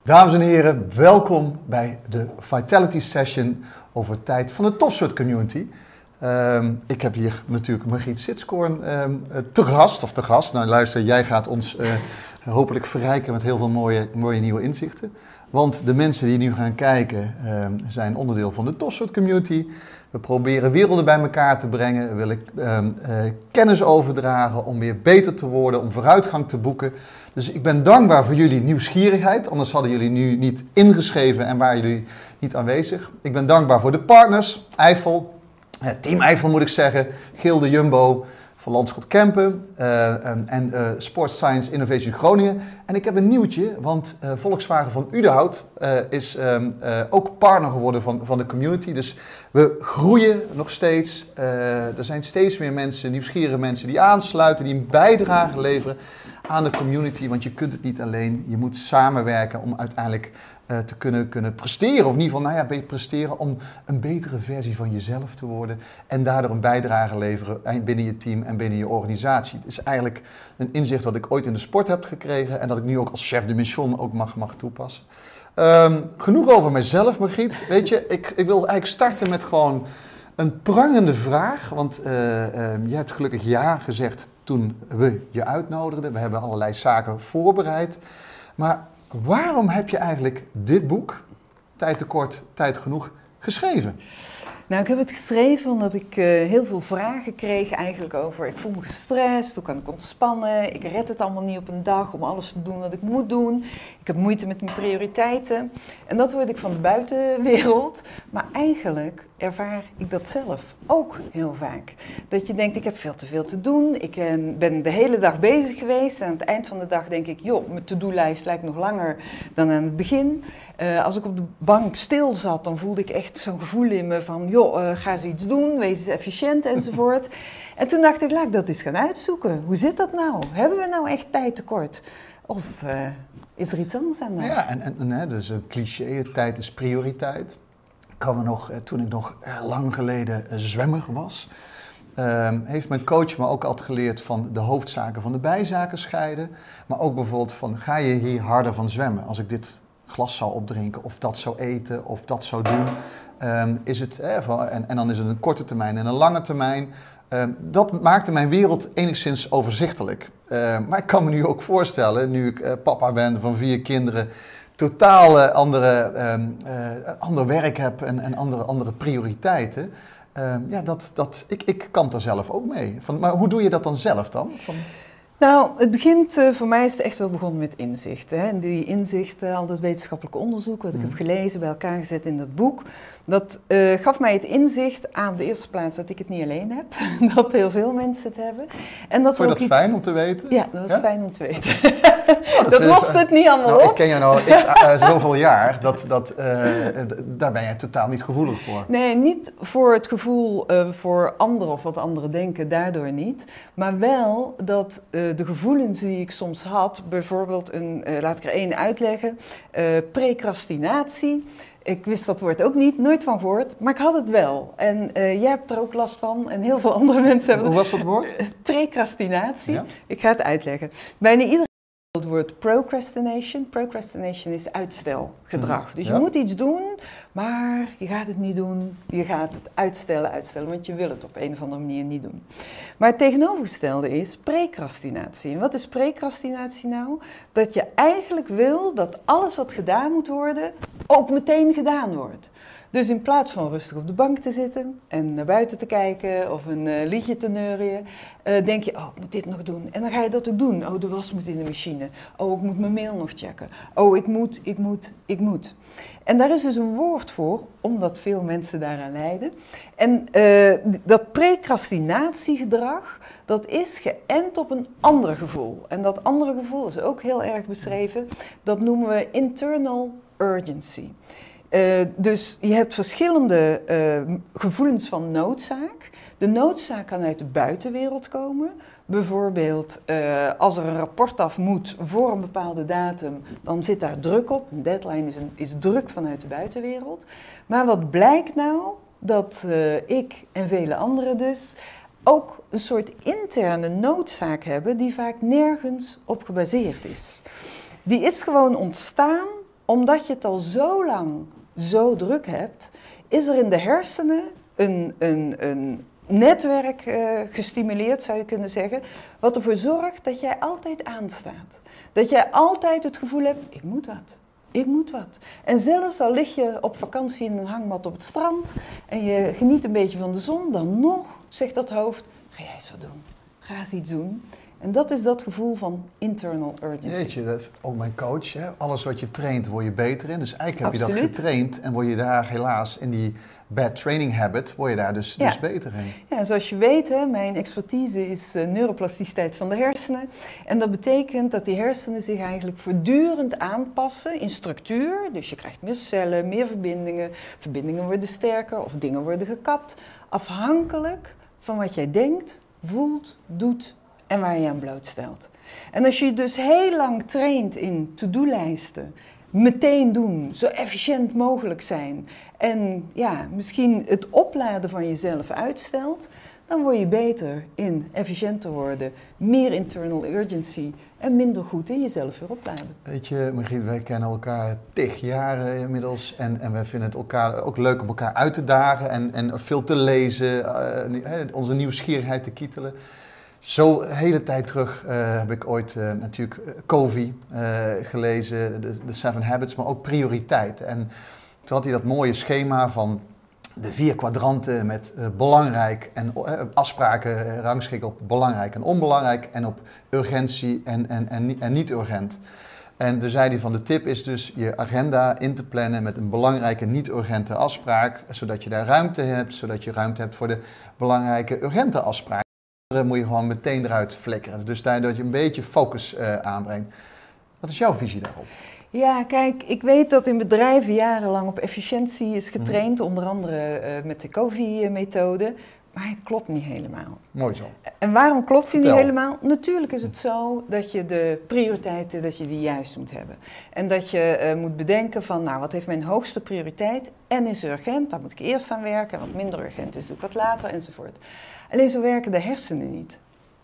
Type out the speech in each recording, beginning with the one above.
Dames en heren, welkom bij de Vitality Session over tijd van de Topsport Community. Ik heb hier natuurlijk Margriet Sitskoorn te gast. Nou luister, jij gaat ons hopelijk verrijken met heel veel mooie nieuwe inzichten. Want de mensen die nu gaan kijken zijn onderdeel van de Topsport Community. We proberen werelden bij elkaar te brengen, we willen kennis overdragen om weer beter te worden, om vooruitgang te boeken. Dus ik ben dankbaar voor jullie nieuwsgierigheid, anders hadden jullie nu niet ingeschreven en waren jullie niet aanwezig. Ik ben dankbaar voor de partners, Eiffel, Team Eiffel moet ik zeggen, Gilde Jumbo, van Landschot Kempen en Sports Science Innovation Groningen. En ik heb een nieuwtje, want Volkswagen van Udenhout is ook partner geworden van de community. Dus we groeien nog steeds. Er zijn steeds meer mensen, nieuwsgierige mensen die aansluiten, die een bijdrage leveren aan de community. Want je kunt het niet alleen, je moet samenwerken om uiteindelijk te kunnen presteren. Of in ieder geval, presteren om een betere versie van jezelf te worden. En daardoor een bijdrage leveren binnen je team en binnen je organisatie. Het is eigenlijk een inzicht wat ik ooit in de sport heb gekregen. En dat ik nu ook als chef de mission ook mag toepassen. Genoeg over mijzelf, Margriet. Weet je, ik wil eigenlijk starten met gewoon een prangende vraag. Want je hebt gelukkig ja gezegd toen we je uitnodigden. We hebben allerlei zaken voorbereid. Maar waarom heb je eigenlijk dit boek, Tijd tekort, tijd genoeg, geschreven? Nou, ik heb het geschreven omdat ik heel veel vragen kreeg eigenlijk over. Ik voel me gestrest, hoe kan ik ontspannen? Ik red het allemaal niet op een dag om alles te doen wat ik moet doen. Ik heb moeite met mijn prioriteiten. En dat hoorde ik van de buitenwereld. Maar eigenlijk ervaar ik dat zelf ook heel vaak. Dat je denkt, ik heb veel te veel te doen. Ik ben de hele dag bezig geweest. En aan het eind van de dag denk ik, joh, mijn to-do-lijst lijkt nog langer dan aan het begin. Als ik op de bank stil zat, dan voelde ik echt zo'n gevoel in me van, joh, ga eens iets doen, wees eens efficiënt enzovoort. En toen dacht ik, laat ik dat eens gaan uitzoeken. Hoe zit dat nou? Hebben we nou echt tijd tekort? Of is er iets anders aan de hand? Ja, en dus een cliché, tijd is prioriteit. Ik kan me nog, toen ik nog lang geleden zwemmer was, heeft mijn coach me ook altijd geleerd van de hoofdzaken van de bijzaken scheiden. Maar ook bijvoorbeeld van, ga je hier harder van zwemmen? Als ik dit glas zou opdrinken of dat zou eten of dat zou doen, is het, en dan is het een korte termijn en een lange termijn. Dat maakte mijn wereld enigszins overzichtelijk. Maar ik kan me nu ook voorstellen, nu ik papa ben van 4 kinderen, totaal ander werk heb en andere prioriteiten. Ik kan er zelf ook mee. Maar hoe doe je dat dan zelf dan? Nou, het begint, voor mij is het echt wel begonnen met inzichten. En die inzichten, al dat wetenschappelijk onderzoek wat ik heb gelezen, bij elkaar gezet in dat boek, dat gaf mij het inzicht aan de eerste plaats dat ik het niet alleen heb. Dat heel veel mensen het hebben. En dat vond je dat fijn om te weten? Ja, dat was fijn om te weten. Dat lost het niet allemaal op. Ik ken jou nou zoveel jaar, daar ben jij totaal niet gevoelig voor. Nee, niet voor het gevoel voor anderen of wat anderen denken, daardoor niet. Maar wel dat de gevoelens die ik soms had, bijvoorbeeld, laat ik er één uitleggen, precrastinatie. Ik wist dat woord ook niet, nooit van gehoord, maar ik had het wel. En jij hebt er ook last van en heel veel andere mensen hebben Hoe was dat woord? Precrastinatie. Ja? Ik ga het uitleggen. Bijna iedereen het woord procrastination. Procrastination is uitstelgedrag. Dus je moet iets doen, maar je gaat het niet doen. Je gaat het uitstellen, want je wil het op een of andere manier niet doen. Maar het tegenovergestelde is precrastinatie. En wat is precrastinatie nou? Dat je eigenlijk wil dat alles wat gedaan moet worden, ook meteen gedaan wordt. Dus in plaats van rustig op de bank te zitten en naar buiten te kijken of een liedje te neurien, denk je, oh, ik moet dit nog doen. En dan ga je dat ook doen. Oh, de was moet in de machine. Oh, ik moet mijn mail nog checken. Oh, ik moet. En daar is dus een woord voor, omdat veel mensen daaraan lijden. En dat precrastinatiegedrag, dat is geënt op een ander gevoel. En dat andere gevoel is ook heel erg beschreven. Dat noemen we internal urgency. Dus je hebt verschillende gevoelens van noodzaak. De noodzaak kan uit de buitenwereld komen. Bijvoorbeeld als er een rapport af moet voor een bepaalde datum, dan zit daar druk op. Een deadline is druk vanuit de buitenwereld. Maar wat blijkt nou? Dat ik en vele anderen dus ook een soort interne noodzaak hebben die vaak nergens op gebaseerd is. Die is gewoon ontstaan omdat je het al zo lang zo druk hebt, is er in de hersenen een netwerk gestimuleerd, zou je kunnen zeggen, wat ervoor zorgt dat jij altijd aanstaat. Dat jij altijd het gevoel hebt, ik moet wat. Ik moet wat. En zelfs al lig je op vakantie in een hangmat op het strand en je geniet een beetje van de zon, dan nog zegt dat hoofd, ga jij eens wat doen. Ga eens iets doen. En dat is dat gevoel van internal urgency. Weet je, dat is ook mijn coach, hè? Alles wat je traint, word je beter in. Dus eigenlijk heb je Absoluut. dat getraind en word je daar helaas in die bad training habit, word je daar dus beter in. Ja, zoals je weet, hè, mijn expertise is neuroplasticiteit van de hersenen. En dat betekent dat die hersenen zich eigenlijk voortdurend aanpassen in structuur. Dus je krijgt meer cellen, meer verbindingen. Verbindingen worden sterker of dingen worden gekapt. Afhankelijk van wat jij denkt, voelt, doet en waar je aan blootstelt. En als je dus heel lang traint in to-do-lijsten, meteen doen, zo efficiënt mogelijk zijn en ja, misschien het opladen van jezelf uitstelt, dan word je beter in efficiënter worden, meer internal urgency en minder goed in jezelf weer opladen. Weet je, Margriet, wij kennen elkaar 10 jaar inmiddels en wij vinden het elkaar ook leuk om elkaar uit te dagen en veel te lezen, onze nieuwsgierigheid te kietelen. Zo hele tijd terug heb ik ooit natuurlijk Covey gelezen, de 7 Habits, maar ook prioriteiten. En toen had hij dat mooie schema van de 4 kwadranten met belangrijk en afspraken rangschikken op belangrijk en onbelangrijk en op urgentie en niet urgent. En toen zei hij van de tip is dus je agenda in te plannen met een belangrijke niet-urgente afspraak, zodat je daar ruimte hebt, zodat je ruimte hebt voor de belangrijke urgente afspraak. Moet je gewoon meteen eruit flikkeren. Dus dat je een beetje focus aanbrengt. Wat is jouw visie daarop? Ja, kijk, ik weet dat in bedrijven jarenlang op efficiëntie is getraind, onder andere met de Covey-methode, maar het klopt niet helemaal. Mooi zo. En waarom klopt die niet Vertel. helemaal? Natuurlijk is het zo dat je de prioriteiten, dat je die juist moet hebben. En dat je moet bedenken van, nou, wat heeft mijn hoogste prioriteit en is urgent, daar moet ik eerst aan werken. En wat minder urgent is, doe ik wat later enzovoort. Alleen zo werken de hersenen niet.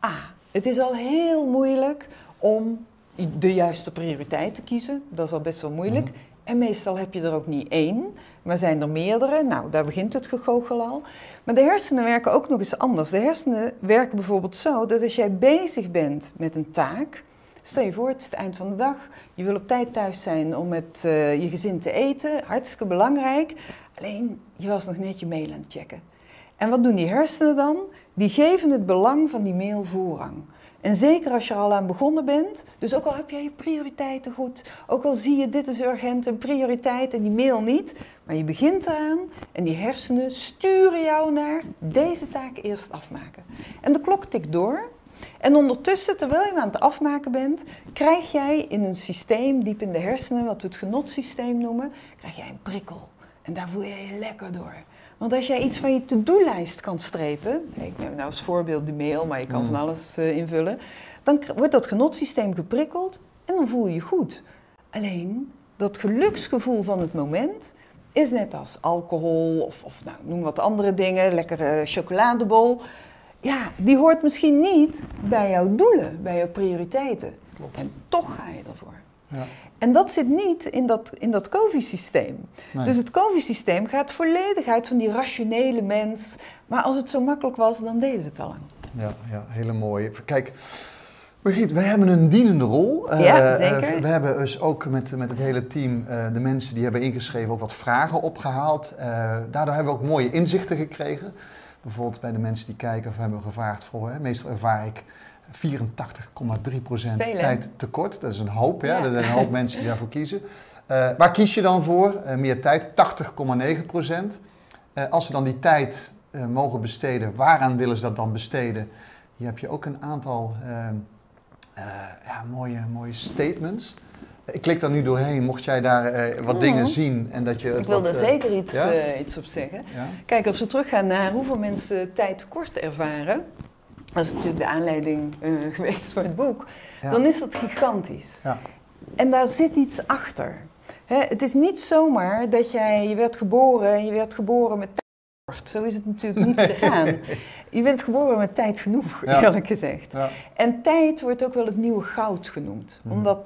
Het is al heel moeilijk om de juiste prioriteit te kiezen. Dat is al best wel moeilijk. En meestal heb je er ook niet 1, maar zijn er meerdere. Nou, daar begint het gegoochel al. Maar de hersenen werken ook nog eens anders. De hersenen werken bijvoorbeeld zo dat als jij bezig bent met een taak, stel je voor, het is het eind van de dag, je wil op tijd thuis zijn om met je gezin te eten, hartstikke belangrijk. Alleen, je was nog net je mail aan het checken. En wat doen die hersenen dan? Die geven het belang van die mail voorrang. En zeker als je er al aan begonnen bent, dus ook al heb jij je prioriteiten goed, ook al zie je dit is urgent en prioriteit en die mail niet, maar je begint eraan en die hersenen sturen jou naar deze taak eerst afmaken. En de klok tikt door en ondertussen, terwijl je aan het afmaken bent, krijg jij in een systeem diep in de hersenen, wat we het genotsysteem noemen, krijg jij een prikkel. En daar voel je je lekker door. Want als jij iets van je to-do-lijst kan strepen, ik neem nou als voorbeeld de mail, maar je kan van alles invullen, dan wordt dat genotsysteem geprikkeld en dan voel je je goed. Alleen, dat geluksgevoel van het moment is net als alcohol of nou, noem wat andere dingen, lekkere chocoladebol. Ja, die hoort misschien niet bij jouw doelen, bij jouw prioriteiten. Klopt. En toch ga je ervoor. Ja. En dat zit niet in dat Covey-systeem. Nee. Dus het Covey-systeem gaat volledig uit van die rationele mens. Maar als het zo makkelijk was, dan deden we het al lang. Ja, hele mooie. Kijk, Margriet, wij hebben een dienende rol. Ja, zeker. We hebben dus ook met het hele team, de mensen die hebben ingeschreven, ook wat vragen opgehaald. Daardoor hebben we ook mooie inzichten gekregen. Bijvoorbeeld bij de mensen die kijken of hebben we gevraagd voor, meestal ervaar ik 84,3% tijd tekort. Dat is een hoop, ja. Er zijn een hoop mensen die daarvoor kiezen. Waar kies je dan voor? Meer tijd, 80,9%. Als ze dan die tijd mogen besteden, waaraan willen ze dat dan besteden? Hier heb je ook een aantal mooie statements. Ik klik daar nu doorheen, mocht jij daar wat dingen zien. En dat je ik wil er zeker iets op zeggen. Ja? Kijk, als we teruggaan naar hoeveel mensen tijd tekort ervaren, dat is natuurlijk de aanleiding geweest voor het boek, dan is dat gigantisch. Ja. En daar zit iets achter. Het is niet zomaar dat je werd geboren met Zo is het natuurlijk niet gegaan. Je bent geboren met tijd genoeg, eerlijk gezegd. Ja. En tijd wordt ook wel het nieuwe goud genoemd. Omdat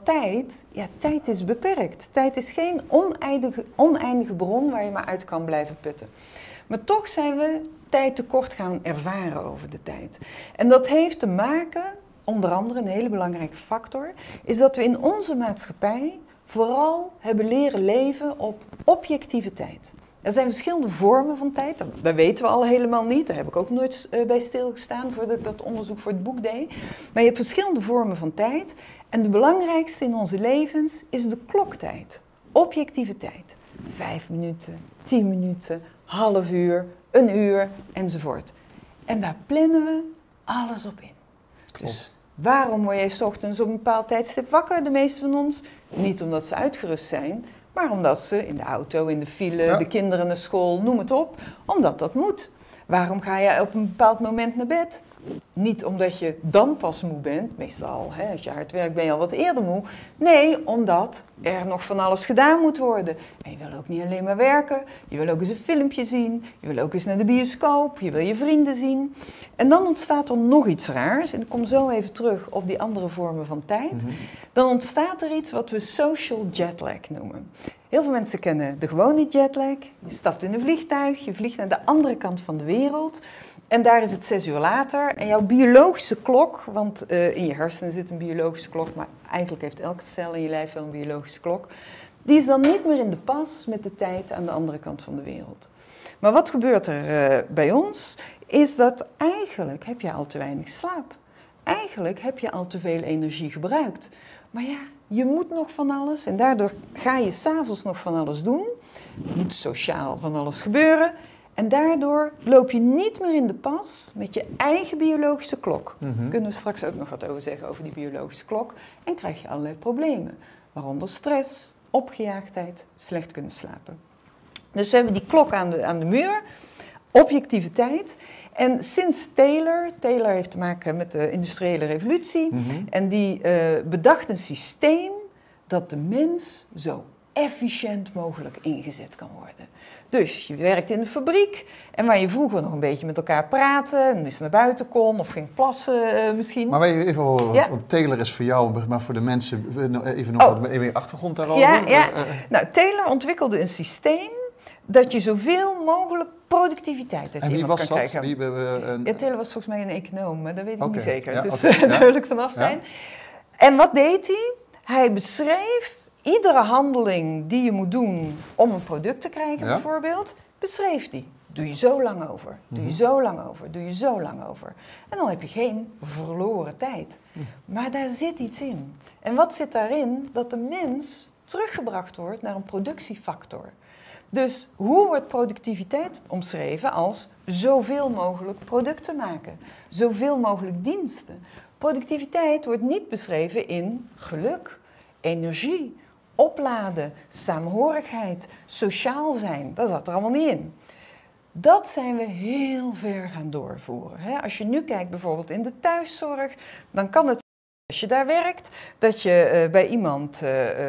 tijd is beperkt. Tijd is geen oneindige bron waar je maar uit kan blijven putten. Maar toch zijn we tijd tekort gaan ervaren over de tijd. En dat heeft te maken, onder andere een hele belangrijke factor, is dat we in onze maatschappij vooral hebben leren leven op objectieve tijd. Er zijn verschillende vormen van tijd, dat weten we al helemaal niet. Daar heb ik ook nooit bij stilgestaan voordat ik dat onderzoek voor het boek deed. Maar je hebt verschillende vormen van tijd. En de belangrijkste in onze levens is de kloktijd. Objectieve tijd. 5 minuten, 10 minuten, half uur, een uur enzovoort. En daar plannen we alles op in. Dus waarom word jij 's ochtends op een bepaald tijdstip wakker, de meeste van ons? Niet omdat ze uitgerust zijn, maar omdat ze in de auto, in de file, de kinderen naar school, noem het op, omdat dat moet. Waarom ga je op een bepaald moment naar bed? Niet omdat je dan pas moe bent, meestal als je hard werkt ben je al wat eerder moe. Nee, omdat er nog van alles gedaan moet worden. En je wil ook niet alleen maar werken, je wil ook eens een filmpje zien, je wil ook eens naar de bioscoop, je wil je vrienden zien. En dan ontstaat er nog iets raars, en ik kom zo even terug op die andere vormen van tijd. Dan ontstaat er iets wat we social jetlag noemen. Heel veel mensen kennen de gewone jetlag. Je stapt in een vliegtuig, je vliegt naar de andere kant van de wereld. En daar is het 6 uur later. En jouw biologische klok, want in je hersenen zit een biologische klok, maar eigenlijk heeft elke cel in je lijf wel een biologische klok. Die is dan niet meer in de pas met de tijd aan de andere kant van de wereld. Maar wat gebeurt er bij ons? Is dat eigenlijk heb je al te weinig slaap. Eigenlijk heb je al te veel energie gebruikt. Maar ja, je moet nog van alles en daardoor ga je 's avonds nog van alles doen. Er moet sociaal van alles gebeuren. En daardoor loop je niet meer in de pas met je eigen biologische klok. Daar kunnen we straks ook nog wat over zeggen, over die biologische klok. En krijg je allerlei problemen, waaronder stress, opgejaagdheid, slecht kunnen slapen. Dus we hebben die klok aan de muur, objectiviteit. En sinds Taylor heeft te maken met de industriële revolutie. En die bedacht een systeem dat de mens zo efficiënt mogelijk ingezet kan worden. Dus je werkt in de fabriek en waar je vroeger nog een beetje met elkaar praatte en eens naar buiten kon of ging plassen misschien. Maar even horen, want Taylor is voor jou, maar voor de mensen even nog even je achtergrond daarover. Ja. Nou, Taylor ontwikkelde een systeem dat je zoveel mogelijk productiviteit uit iemand kan krijgen. Taylor was volgens mij een econoom, maar dat weet ik niet zeker. Dus duidelijk vanaf zijn. En wat deed hij? Hij beschreef iedere handeling die je moet doen om een product te krijgen, bijvoorbeeld, beschreef hij. Doe je zo lang over, doe je zo lang over, doe je zo lang over. En dan heb je geen verloren tijd. Maar daar zit iets in. En wat zit daarin? Dat de mens teruggebracht wordt naar een productiefactor. Dus hoe wordt productiviteit omschreven als zoveel mogelijk producten maken, zoveel mogelijk diensten? Productiviteit wordt niet beschreven in geluk, energie, opladen, samenhorigheid, sociaal zijn. Dat zat er allemaal niet in. Dat zijn we heel ver gaan doorvoeren. Als je nu kijkt bijvoorbeeld in de thuiszorg, dan kan het als je daar werkt, dat je bij iemand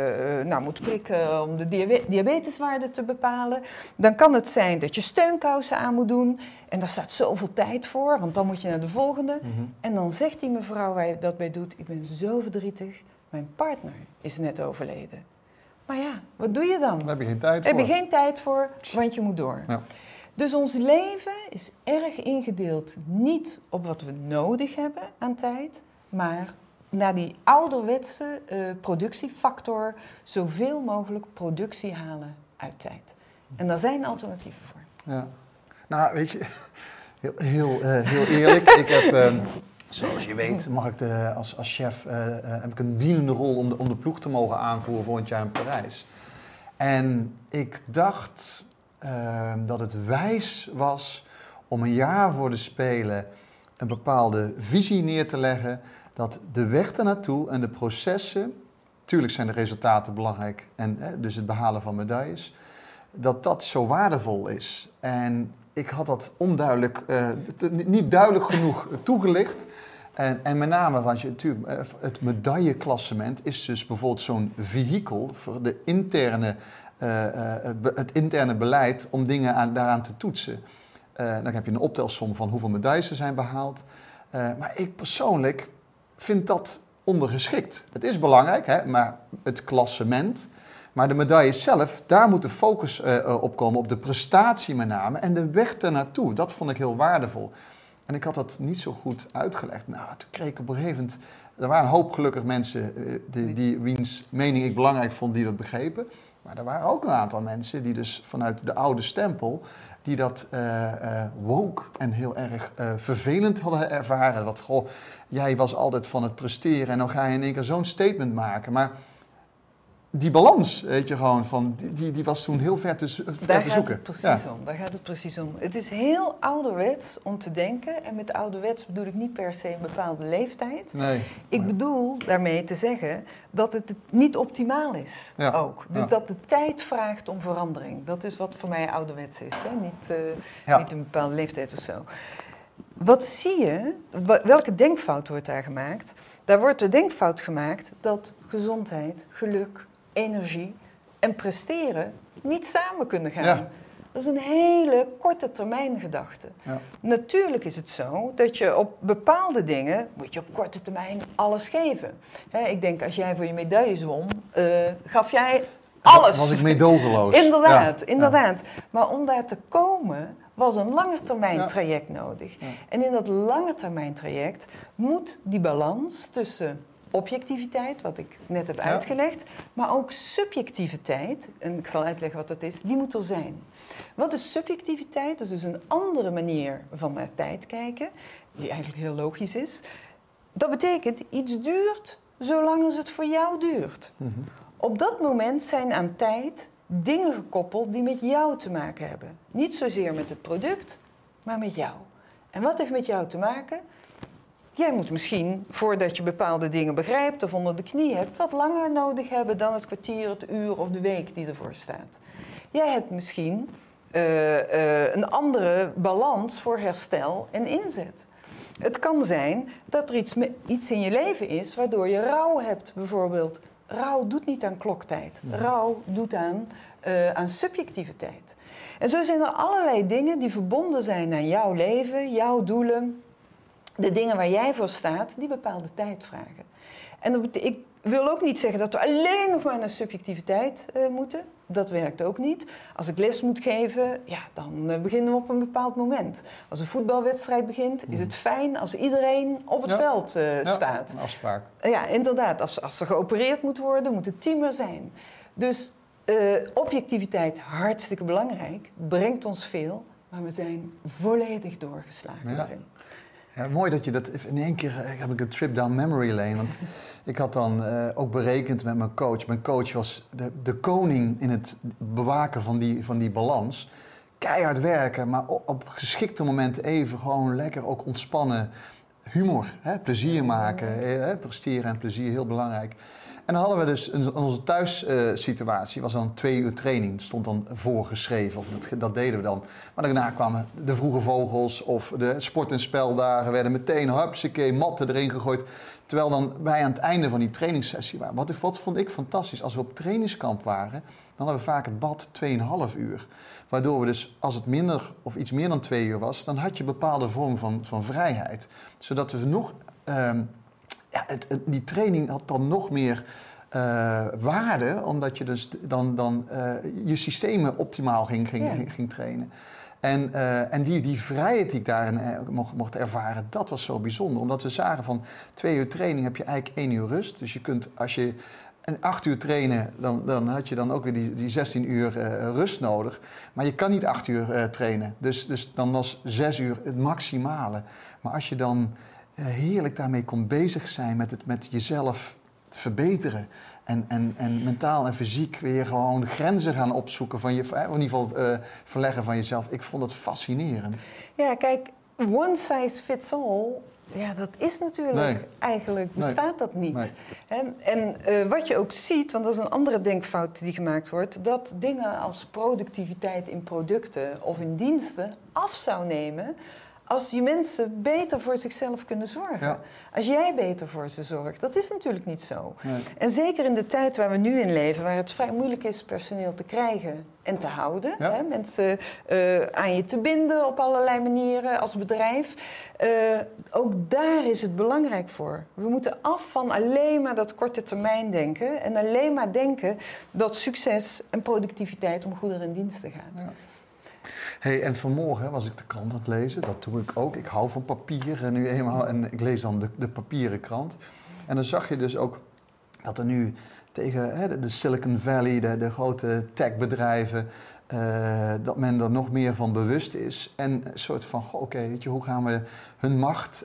moet prikken om de diabeteswaarde te bepalen. Dan kan het zijn dat je steunkousen aan moet doen. En daar staat zoveel tijd voor, want dan moet je naar de volgende. En dan zegt die mevrouw waar je dat bij doet, ik ben zo verdrietig, mijn partner is net overleden. Maar ja, wat doe je dan? Daar heb je geen tijd voor. Daar heb je geen tijd voor, want je moet door. Ja. Dus ons leven is erg ingedeeld niet op wat we nodig hebben aan tijd, maar naar die ouderwetse productiefactor zoveel mogelijk productie halen uit tijd. En daar zijn alternatieven voor. Ja. Nou, weet je, heel eerlijk. Ik heb, zoals je weet, mag ik als chef heb ik een dienende rol om de ploeg te mogen aanvoeren volgend jaar in Parijs. En ik dacht dat het wijs was om een jaar voor de Spelen een bepaalde visie neer te leggen. Dat de weg ernaartoe en de processen, tuurlijk zijn de resultaten belangrijk en dus het behalen van medailles, dat zo waardevol is. En ik had dat onduidelijk, niet duidelijk genoeg toegelicht. En met name, want natuurlijk, het medailleklassement is dus bijvoorbeeld zo'n vehikel voor het interne beleid om dingen daaraan te toetsen. Dan heb je een optelsom van hoeveel medailles er zijn behaald. Maar ik persoonlijk vind dat ondergeschikt. Het is belangrijk, hè, maar het klassement. Maar de medailles zelf, daar moet de focus op komen, op de prestatie met name. En de weg ernaartoe, dat vond ik heel waardevol. En ik had dat niet zo goed uitgelegd. Nou, toen kreeg ik op een gegeven moment... Er waren een hoop gelukkig mensen wiens mening ik belangrijk vond, die dat begrepen. Maar er waren ook een aantal mensen die dus vanuit de oude stempel... die dat woke en heel erg vervelend hadden ervaren. Dat, goh, jij was altijd van het presteren en dan ga je in één keer zo'n statement maken. Maar die balans, weet je gewoon, die was toen heel ver te zoeken. Daar gaat het precies om. Het is heel ouderwets om te denken, en met ouderwets bedoel ik niet per se een bepaalde leeftijd. Nee. Ik bedoel daarmee te zeggen dat het niet optimaal is ook. Dus dat de tijd vraagt om verandering. Dat is wat voor mij ouderwets is, hè? Niet een bepaalde leeftijd of zo. Wat zie je, welke denkfout wordt daar gemaakt? Daar wordt de denkfout gemaakt dat gezondheid, geluk, energie en presteren niet samen kunnen gaan. Ja. Dat is een hele korte termijn gedachte. Ja. Natuurlijk is het zo dat je op bepaalde dingen moet je op korte termijn alles geven. Ik denk, als jij voor je medailles won, gaf jij alles. Was ik meedogenloos. Inderdaad. Maar om daar te komen was een langetermijn traject nodig. Ja. En in dat langetermijn traject moet die balans tussen objectiviteit, wat ik net heb uitgelegd, maar ook subjectiviteit, en ik zal uitleggen wat dat is, die moet er zijn. Wat is subjectiviteit? Dat is dus een andere manier van naar tijd kijken, die eigenlijk heel logisch is. Dat betekent, iets duurt zolang als het voor jou duurt. Mm-hmm. Op dat moment zijn aan tijd dingen gekoppeld die met jou te maken hebben. Niet zozeer met het product, maar met jou. En wat heeft met jou te maken? Jij moet misschien, voordat je bepaalde dingen begrijpt of onder de knie hebt, wat langer nodig hebben dan het kwartier, het uur of de week die ervoor staat. Jij hebt misschien een andere balans voor herstel en inzet. Het kan zijn dat er iets in je leven is waardoor je rouw hebt, bijvoorbeeld. Rouw doet niet aan kloktijd. Rouw doet aan subjectiviteit. En zo zijn er allerlei dingen die verbonden zijn aan jouw leven, jouw doelen, de dingen waar jij voor staat, die bepaalde tijd vragen. En ik wil ook niet zeggen dat we alleen nog maar naar subjectiviteit moeten. Dat werkt ook niet. Als ik les moet geven, dan beginnen we op een bepaald moment. Als een voetbalwedstrijd begint, is het fijn als iedereen op het veld staat. Een afspraak. Ja, inderdaad. Als er geopereerd moet worden, moet het team er zijn. Dus objectiviteit, hartstikke belangrijk, brengt ons veel, maar we zijn volledig doorgeslagen daarin. Ja, mooi dat je dat in één keer heb ik een trip down memory lane. Want ik had dan ook berekend met mijn coach. Mijn coach was de koning in het bewaken van die balans. Keihard werken, maar op geschikte momenten even gewoon lekker ook ontspannen. Humor, plezier maken, presteren en plezier, heel belangrijk. En dan hadden we dus onze thuissituatie, was dan 2 uur training, stond dan voorgeschreven, of dat deden we dan. Maar daarna kwamen de vroege vogels of de sport- en speldagen, werden meteen hupsakee, matten erin gegooid. Terwijl dan wij aan het einde van die trainingssessie waren. Wat vond ik fantastisch, als we op trainingskamp waren, dan hadden we vaak het bad 2,5 uur. Waardoor we dus, als het minder of iets meer dan 2 uur was, dan had je een bepaalde vorm van vrijheid. Zodat we nog... die training had dan nog meer waarde, omdat je dus dan je systemen optimaal ging trainen. En die vrijheid die ik daarin mocht ervaren, dat was zo bijzonder. Omdat we zagen van 2 uur training heb je eigenlijk 1 uur rust. Dus je kunt, als je 8 uur trainen, dan had je dan ook weer die 16 uur rust nodig. Maar je kan niet 8 uur trainen. Dus dan was 6 uur het maximale. Maar als je dan heerlijk daarmee kon bezig zijn met jezelf verbeteren. En mentaal en fysiek weer gewoon grenzen gaan opzoeken van je, in ieder geval verleggen van jezelf. Ik vond het fascinerend. Ja, kijk, one size fits all, dat is natuurlijk eigenlijk, bestaat dat niet. Nee. En wat je ook ziet, want dat is een andere denkfout die gemaakt wordt, dat dingen als productiviteit in producten of in diensten af zou nemen als je mensen beter voor zichzelf kunnen zorgen. Ja. Als jij beter voor ze zorgt. Dat is natuurlijk niet zo. Nee. En zeker in de tijd waar we nu in leven, waar het vrij moeilijk is personeel te krijgen en te houden. Ja. Hè, mensen aan je te binden op allerlei manieren als bedrijf. Ook daar is het belangrijk voor. We moeten af van alleen maar dat korte termijn denken. En alleen maar denken dat succes en productiviteit om goederen en diensten gaat. Ja. Hey, en vanmorgen was ik de krant aan het lezen, dat doe ik ook. Ik hou van papier en nu eenmaal en ik lees dan de papieren krant. En dan zag je dus ook dat er nu tegen de Silicon Valley, de grote techbedrijven, dat men er nog meer van bewust is. En een soort van, weet je, hoe gaan we hun macht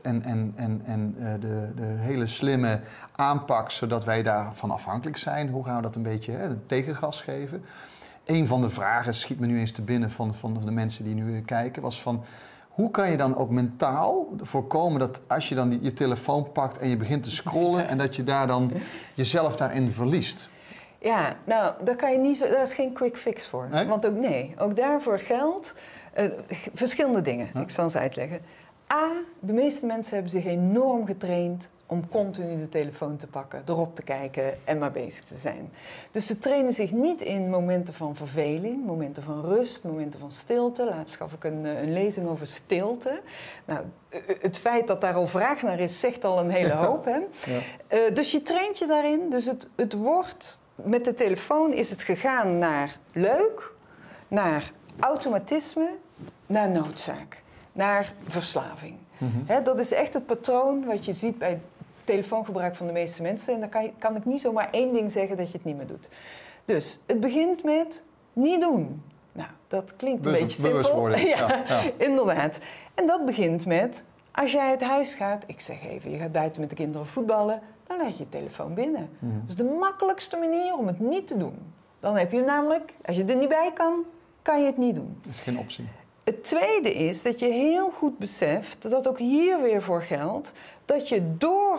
en de hele slimme aanpak, zodat wij daarvan afhankelijk zijn, hoe gaan we dat een beetje tegengas geven? Een van de vragen, schiet me nu eens te binnen van de mensen die nu kijken, was van, hoe kan je dan ook mentaal voorkomen dat als je dan je telefoon pakt en je begint te scrollen en dat je daar dan jezelf daarin verliest? Ja, nou, daar kan je niet zo, daar is geen quick fix voor. Nee? Want ook daarvoor geldt verschillende dingen. Huh? Ik zal eens uitleggen. A, de meeste mensen hebben zich enorm getraind om continu de telefoon te pakken, erop te kijken en maar bezig te zijn. Dus ze trainen zich niet in momenten van verveling, momenten van rust, momenten van stilte. Laatst gaf ik een lezing over stilte. Nou, het feit dat daar al vraag naar is, zegt al een hele hoop. Hè? Ja. Dus je traint je daarin. Dus het wordt, met de telefoon is het gegaan naar leuk, naar automatisme, naar noodzaak, naar verslaving. Mm-hmm. Dat is echt het patroon wat je ziet bij telefoongebruik van de meeste mensen. En dan kan ik niet zomaar één ding zeggen dat je het niet meer doet. Dus het begint met niet doen. Nou, dat klinkt een beetje simpel. Ja, inderdaad. En dat begint met, als jij uit huis gaat, ik zeg even, je gaat buiten met de kinderen voetballen, dan laat je je telefoon binnen. Mm. Dat is de makkelijkste manier om het niet te doen. Dan heb je namelijk, als je er niet bij kan je het niet doen. Dat is geen optie. Het tweede is dat je heel goed beseft, dat ook hier weer voor geldt, dat je door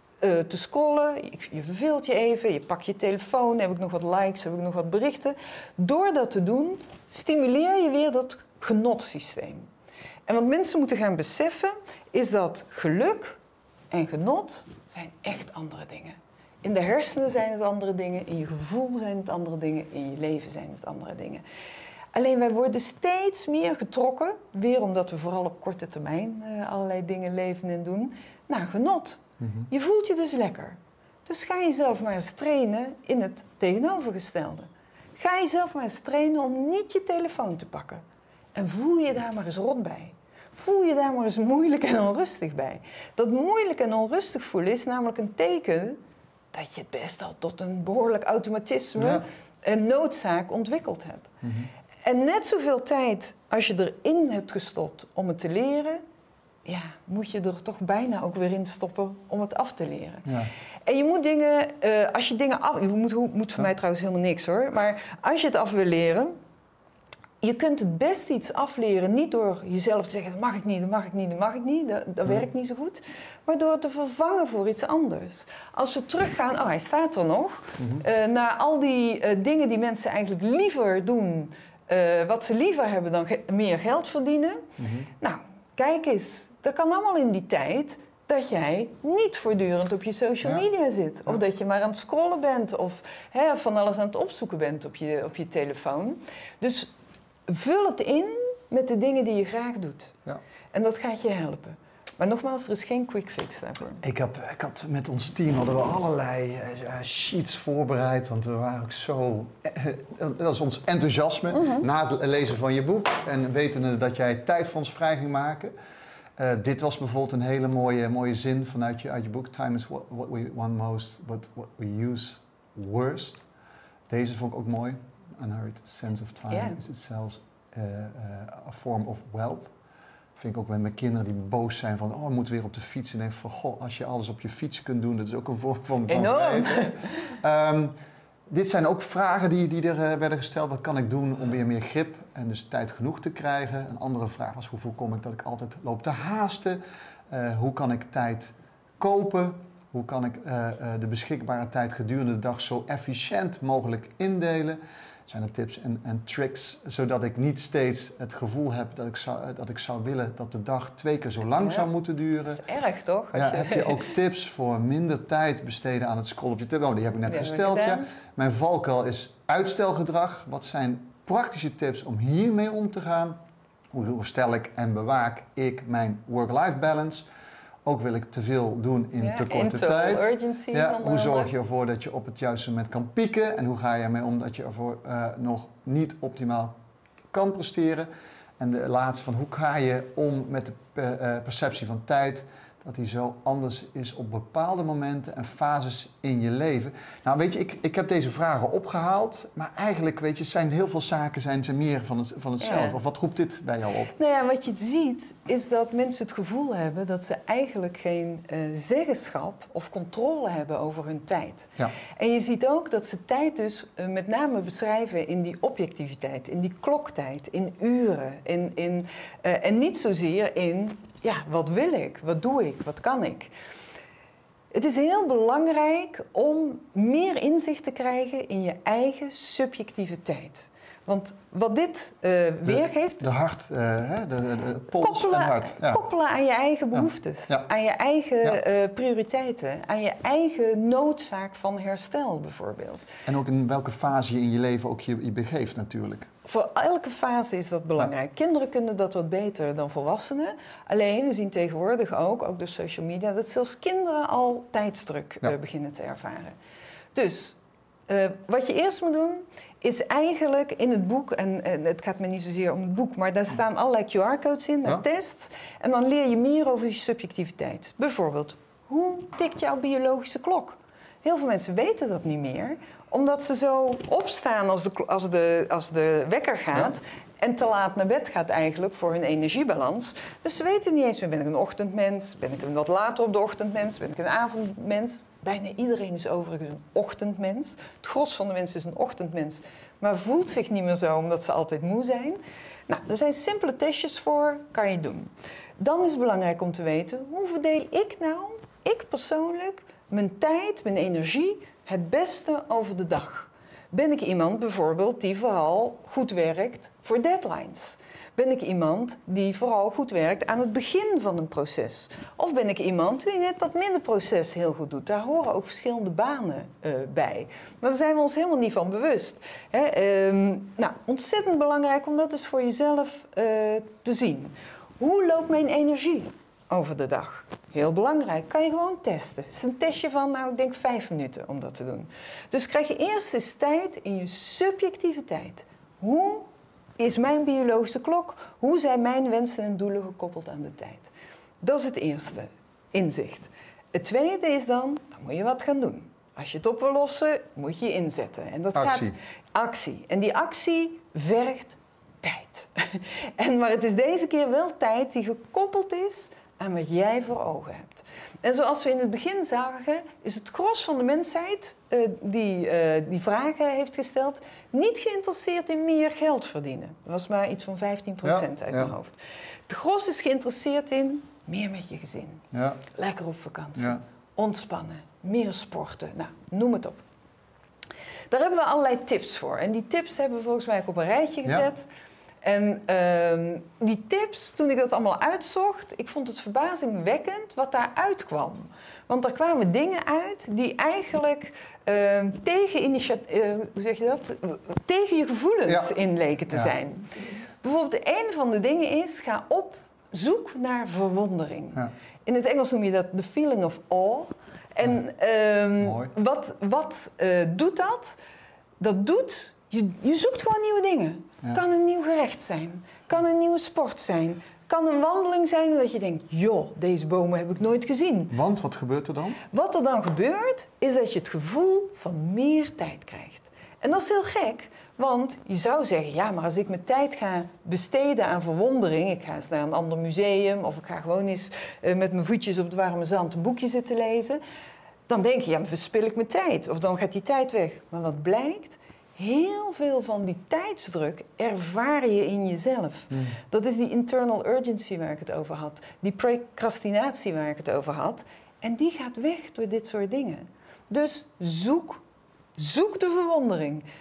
te scrollen, je verveelt je even, je pakt je telefoon, heb ik nog wat likes, heb ik nog wat berichten. Door dat te doen, stimuleer je weer dat genotsysteem. En wat mensen moeten gaan beseffen, is dat geluk en genot zijn echt andere dingen. In de hersenen zijn het andere dingen, in je gevoel zijn het andere dingen, in je leven zijn het andere dingen. Alleen wij worden steeds meer getrokken, weer omdat we vooral op korte termijn allerlei dingen leven en doen, naar genot. Mm-hmm. Je voelt je dus lekker. Dus ga jezelf maar eens trainen in het tegenovergestelde. Ga jezelf maar eens trainen om niet je telefoon te pakken. En voel je daar maar eens rot bij. Voel je daar maar eens moeilijk en onrustig bij. Dat moeilijk en onrustig voelen is namelijk een teken dat je het best al tot een behoorlijk automatisme en noodzaak ontwikkeld hebt. Mm-hmm. En net zoveel tijd als je erin hebt gestopt om het te leren, ja, moet je er toch bijna ook weer in stoppen om het af te leren. Ja. En je moet dingen, als je dingen af... Je moet voor mij trouwens helemaal niks hoor. Maar als je het af wil leren, je kunt het best iets afleren, niet door jezelf te zeggen, dat mag ik niet, dat mag ik niet, dat mag ik niet. Dat werkt niet zo goed. Maar door het te vervangen voor iets anders. Als we teruggaan, hij staat er nog, naar al die dingen die mensen eigenlijk liever doen, wat ze liever hebben dan meer geld verdienen. Mm-hmm. Nou, kijk eens, dat kan allemaal in die tijd dat jij niet voortdurend op je social media zit. Of dat je maar aan het scrollen bent of van alles aan het opzoeken bent op je telefoon. Dus vul het in met de dingen die je graag doet. Ja. En dat gaat je helpen. Maar nogmaals, er is geen quick fix daarvoor. Ik had met ons team hadden we allerlei sheets voorbereid, want we waren ook zo... Dat is ons enthousiasme na het lezen van je boek en wetende dat jij tijd voor ons vrij ging maken. Dit was bijvoorbeeld een hele mooie zin uit je boek. Time is what we want most, but what we use worst. Deze vond ik ook mooi. Unhurried sense of time is itself a form of wealth. Vind ik ook met mijn kinderen die boos zijn van, we moeten weer op de fiets. En denk van, als je alles op je fiets kunt doen, dat is ook een vorm van vrijheid. Dit zijn ook vragen die er werden gesteld. Wat kan ik doen om weer meer grip en dus tijd genoeg te krijgen? Een andere vraag was, hoe voorkom ik dat ik altijd loop te haasten? Hoe kan ik tijd kopen? Hoe kan ik de beschikbare tijd gedurende de dag zo efficiënt mogelijk indelen? zijn er tips en tricks, zodat ik niet steeds het gevoel heb dat ik zou willen dat de dag 2 keer zo lang zou moeten duren. Dat is erg, toch? Heb je ook tips voor minder tijd besteden aan het scrollen op je telefoon? Die heb ik net gesteld. Ja. Mijn valkuil is uitstelgedrag. Wat zijn praktische tips om hiermee om te gaan? Hoe stel ik en bewaak ik mijn work-life balance? Ook wil ik te veel doen in te korte tijd. Urgency hoe zorg je ervoor dat je op het juiste moment kan pieken? En hoe ga je ermee om dat je ervoor nog niet optimaal kan presteren? En de laatste van hoe ga je om met de perceptie van tijd? Dat die zo anders is op bepaalde momenten en fases in je leven. Nou weet je, ik heb deze vragen opgehaald. Maar eigenlijk weet je, zijn heel veel zaken zijn meer van hetzelfde. Ja. Of wat roept dit bij jou op? Nou ja, wat je ziet is dat mensen het gevoel hebben dat ze eigenlijk geen zeggenschap of controle hebben over hun tijd. Ja. En je ziet ook dat ze tijd dus met name beschrijven in die objectiviteit, in die kloktijd, in uren. En niet zozeer in, ja, wat wil ik? Wat doe ik? Wat kan ik? Het is heel belangrijk om meer inzicht te krijgen in je eigen subjectieve tijd. Want wat dit weergeeft... De hart, de pols en hart. Ja. Koppelen aan je eigen behoeftes, aan je eigen prioriteiten, aan je eigen noodzaak van herstel bijvoorbeeld. En ook in welke fase je in je leven ook je begeeft natuurlijk. Voor elke fase is dat belangrijk. Ja. Kinderen kunnen dat wat beter dan volwassenen. Alleen, we zien tegenwoordig ook door social media, dat zelfs kinderen al tijdsdruk beginnen te ervaren. Dus... wat je eerst moet doen, is eigenlijk in het boek, en het gaat me niet zozeer om het boek, maar daar staan allerlei QR-codes in, tests. En dan leer je meer over je subjectiviteit. Bijvoorbeeld, hoe tikt jouw biologische klok? Heel veel mensen weten dat niet meer, omdat ze zo opstaan als de wekker gaat... Ja. En te laat naar bed gaat eigenlijk voor hun energiebalans. Dus ze weten niet eens meer, ben ik een ochtendmens? Ben ik een wat later op de ochtendmens? Ben ik een avondmens? Bijna iedereen is overigens een ochtendmens. Het gros van de mensen is een ochtendmens. Maar voelt zich niet meer zo omdat ze altijd moe zijn. Nou, er zijn simpele testjes voor, kan je doen. Dan is het belangrijk om te weten, hoe verdeel ik persoonlijk, mijn tijd, mijn energie, het beste over de dag? Ben ik iemand bijvoorbeeld die vooral goed werkt voor deadlines? Ben ik iemand die vooral goed werkt aan het begin van een proces? Of ben ik iemand die net dat minder proces heel goed doet? Daar horen ook verschillende banen bij. Maar daar zijn we ons helemaal niet van bewust. Ontzettend belangrijk om dat dus voor jezelf te zien. Hoe loopt mijn energie over de dag? Heel belangrijk, kan je gewoon testen. Het is een testje van, ik denk 5 minuten om dat te doen. Dus krijg je eerst eens tijd in je subjectieve tijd. Hoe is mijn biologische klok? Hoe zijn mijn wensen en doelen gekoppeld aan de tijd? Dat is het eerste inzicht. Het tweede is dan moet je wat gaan doen. Als je het op wil lossen, moet je je inzetten. En dat gaat actie. En die actie vergt tijd. Maar het is deze keer wel tijd die gekoppeld is aan wat jij voor ogen hebt. En zoals we in het begin zagen, is het gros van de mensheid die vragen heeft gesteld, niet geïnteresseerd in meer geld verdienen. Dat was maar iets van 15% uit mijn hoofd. De gros is geïnteresseerd in meer met je gezin. Ja. Lekker op vakantie. Ja. Ontspannen. Meer sporten. Noem het op. Daar hebben we allerlei tips voor. En die tips hebben we volgens mij ook op een rijtje gezet. Ja. En die tips, toen ik dat allemaal uitzocht, ik vond het verbazingwekkend wat daaruit kwam. Want er kwamen dingen uit die eigenlijk tegen je gevoelens in leken te zijn. Bijvoorbeeld een van de dingen is, ga op zoek naar verwondering. Ja. In het Engels noem je dat the feeling of awe. En wat doet dat? Dat doet, je zoekt gewoon nieuwe dingen. Ja. Kan een nieuw gerecht zijn, kan een nieuwe sport zijn, kan een wandeling zijn dat je denkt, joh, deze bomen heb ik nooit gezien. Want, wat gebeurt er dan? Wat er dan gebeurt, is dat je het gevoel van meer tijd krijgt. En dat is heel gek, want je zou zeggen, ja, maar als ik mijn tijd ga besteden aan verwondering, ik ga eens naar een ander museum of ik ga gewoon eens met mijn voetjes op het warme zand een boekje zitten lezen, dan denk je, ja, maar verspil ik mijn tijd of dan gaat die tijd weg. Maar wat blijkt? Heel veel van die tijdsdruk ervaar je in jezelf. Mm. Dat is die internal urgency waar ik het over had. Die procrastinatie waar ik het over had. En die gaat weg door dit soort dingen. Dus zoek de verwondering.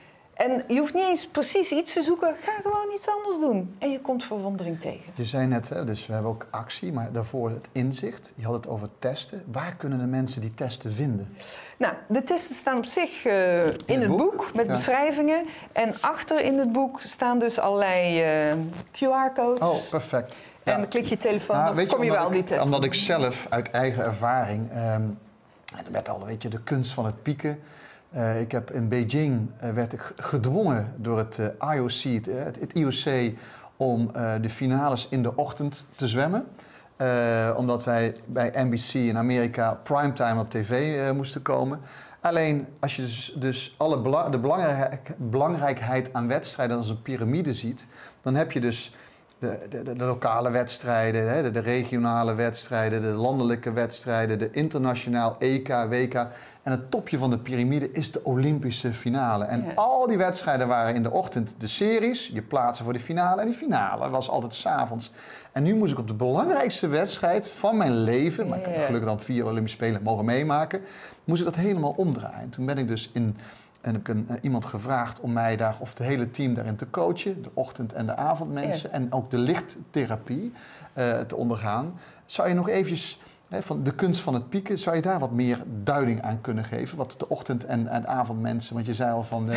En je hoeft niet eens precies iets te zoeken. Ga gewoon iets anders doen. En je komt verwondering tegen. Je zei net, hè, dus we hebben ook actie, maar daarvoor het inzicht. Je had het over testen. Waar kunnen de mensen die testen vinden? Nou, de testen staan op zich in het boek met beschrijvingen. En achter in het boek staan dus allerlei QR-codes. Oh, perfect. En dan klik je telefoon, dan kom je wel die testen. Omdat ik zelf uit eigen ervaring, met al, weet je, de kunst van het pieken. Ik heb in Beijing werd ik gedwongen door het IOC, het IOC, om de finales in de ochtend te zwemmen. Omdat wij bij NBC in Amerika primetime op tv moesten komen. Alleen als je dus de belangrijkheid aan wedstrijden als een piramide ziet, dan heb je dus de lokale wedstrijden, de regionale wedstrijden, de landelijke wedstrijden, de internationaal EK, WK. En het topje van de piramide is de Olympische finale. En al die wedstrijden waren in de ochtend de series, je plaatsen voor de finale. En die finale was altijd 's avonds. En nu moest ik op de belangrijkste wedstrijd van mijn leven, maar ik heb gelukkig dan 4 Olympische Spelen mogen meemaken, moest ik dat helemaal omdraaien. En toen ben ik dus en heb ik iemand gevraagd om mij daar, of het hele team daarin te coachen. De ochtend- en de avondmensen. En ook de lichttherapie te ondergaan. Zou je nog eventjes, van de kunst van het pieken, zou je daar wat meer duiding aan kunnen geven? Wat de ochtend- en avondmensen, want je zei al van,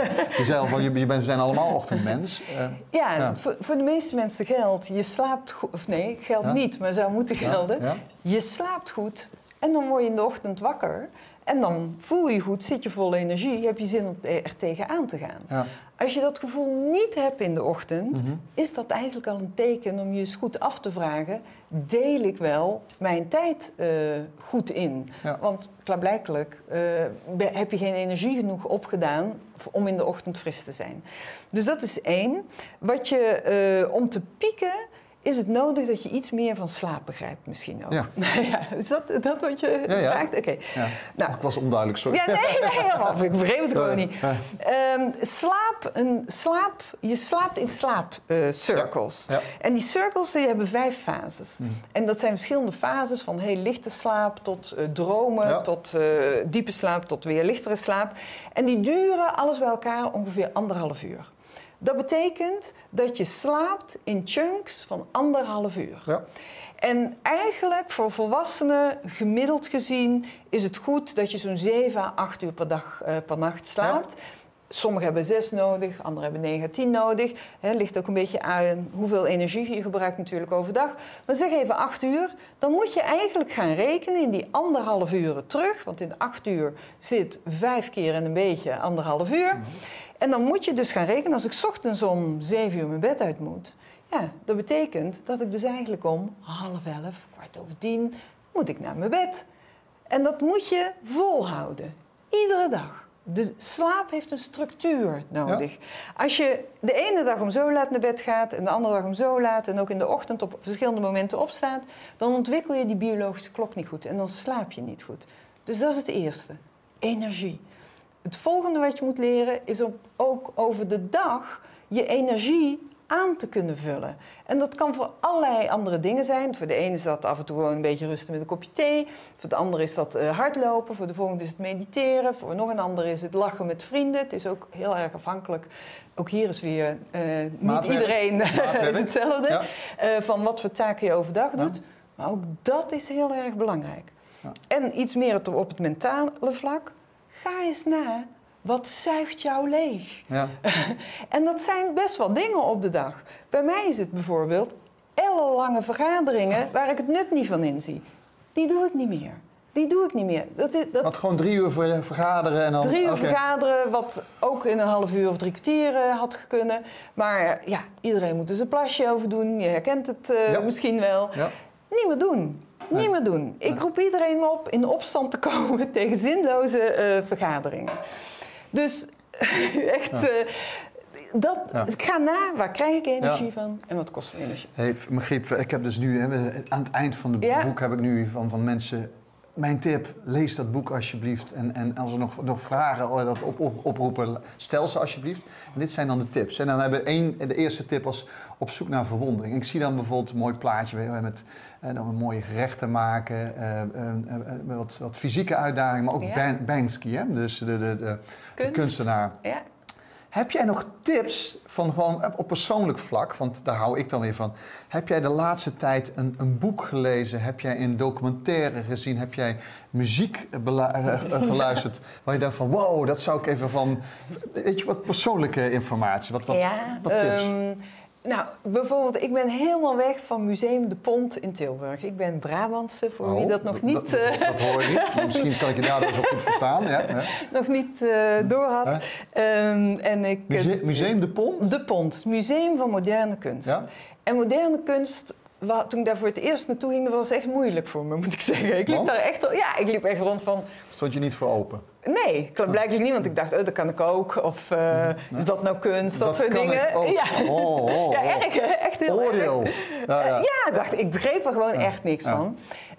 we zijn allemaal ochtendmens. Voor de meeste mensen geldt, je slaapt goed, of nee, geldt niet, maar zou moeten gelden. Ja. Je slaapt goed en dan word je in de ochtend wakker. En dan voel je goed, zit je vol energie, heb je zin om er tegenaan te gaan. Ja. Als je dat gevoel niet hebt in de ochtend, is dat eigenlijk al een teken om je eens goed af te vragen, deel ik wel mijn tijd goed in? Ja. Want klaarblijkelijk heb je geen energie genoeg opgedaan om in de ochtend fris te zijn. Dus dat is 1. Om te pieken, is het nodig dat je iets meer van slaap begrijpt misschien ook? Ja. Is dat wat je vraagt? Oké. Ja. Nou, ik was onduidelijk, sorry. Ja, nee, ik begreep het gewoon niet. Je slaapt in slaapcirkels. En die cirkels die hebben 5 fases. En dat zijn verschillende fases, van heel lichte slaap tot dromen, tot diepe slaap, tot weer lichtere slaap. En die duren alles bij elkaar ongeveer 1,5 uur. Dat betekent dat je slaapt in chunks van 1,5 uur. Ja. En eigenlijk voor volwassenen, gemiddeld gezien, is het goed dat je zo'n 7 à 8 uur per nacht slaapt. Ja. Sommigen hebben 6 nodig, anderen hebben 9 à 10 nodig. Ligt ook een beetje aan hoeveel energie je gebruikt natuurlijk overdag. Maar zeg even 8 uur, dan moet je eigenlijk gaan rekenen in die 1,5 uur terug. Want in 8 uur zit 5 keer en een beetje 1,5 uur. En dan moet je dus gaan rekenen, als ik 's ochtends om 7 uur mijn bed uit moet. Ja, dat betekent dat ik dus eigenlijk om 10:30, 10:15, moet ik naar mijn bed. En dat moet je volhouden. Iedere dag. De slaap heeft een structuur nodig. Ja. Als je de ene dag om zo laat naar bed gaat en de andere dag om zo laat en ook in de ochtend op verschillende momenten opstaat, dan ontwikkel je die biologische klok niet goed en dan slaap je niet goed. Dus dat is het eerste. Energie. Het volgende wat je moet leren is ook over de dag je energie aan te kunnen vullen. En dat kan voor allerlei andere dingen zijn. Voor de ene is dat af en toe gewoon een beetje rusten met een kopje thee. Voor de andere is dat hardlopen. Voor de volgende is het mediteren. Voor nog een ander is het lachen met vrienden. Het is ook heel erg afhankelijk. Ook hier is weer niet iedereen is hetzelfde. Ja. Van wat voor taken je overdag doet. Maar ook dat is heel erg belangrijk. Ja. En iets meer op het mentale vlak. Ga eens na. Wat zuigt jou leeg? Ja. En dat zijn best wel dingen op de dag. Bij mij is het bijvoorbeeld ellenlange vergaderingen waar ik het nut niet van inzie. Die doe ik niet meer. Wat gewoon 3 uur vergaderen en dan... 3 uur vergaderen, wat ook in een half uur of 3 kwartier had kunnen. Maar ja, iedereen moet dus een plasje over doen. Je herkent het misschien wel. Ja. Niet meer doen. Niet meer doen. Ik roep iedereen op in opstand te komen tegen zinloze vergaderingen. Dus echt, ga na, waar krijg ik energie van en wat kost me energie? Hey, Margriet, ik heb dus nu, aan het eind van het boek heb ik nu van mensen, mijn tip, lees dat boek alsjeblieft. En als er nog vragen dat oproepen, stel ze alsjeblieft. En dit zijn dan de tips. En dan hebben we de eerste tip was op zoek naar verwondering. Ik zie dan bijvoorbeeld een mooi plaatje met een mooie gerechten maken, wat fysieke uitdagingen, maar ook Banksy, hè? Dus de kunstenaar. Ja. Heb jij nog tips van gewoon op persoonlijk vlak, want daar hou ik dan weer van. Heb jij de laatste tijd een boek gelezen? Heb jij een documentaire gezien? Heb jij muziek geluisterd waar je dacht van wow, dat zou ik even van, weet je, wat persoonlijke informatie, wat tips? Nou, bijvoorbeeld, ik ben helemaal weg van Museum de Pont in Tilburg. Ik ben Brabantse, voor wie dat nog niet... Dat hoor je niet. Misschien kan ik je daardoor zo goed verstaan. Ja. Nog niet door had. Museum de Pont? De Pont, Museum van Moderne Kunst. Ja? En moderne kunst, toen ik daar voor het eerst naartoe ging, dat was echt moeilijk voor me, moet ik zeggen. Ik liep daar echt, ik liep echt rond van... Stond je niet voor open? Nee, blijkbaar niet, want ik dacht, dat kan ik ook. Of is dat nou kunst? Dat soort dingen. Ja, erg, hè? Echt heel oordeel. erg. Ik dacht, ik begreep er gewoon echt niks van.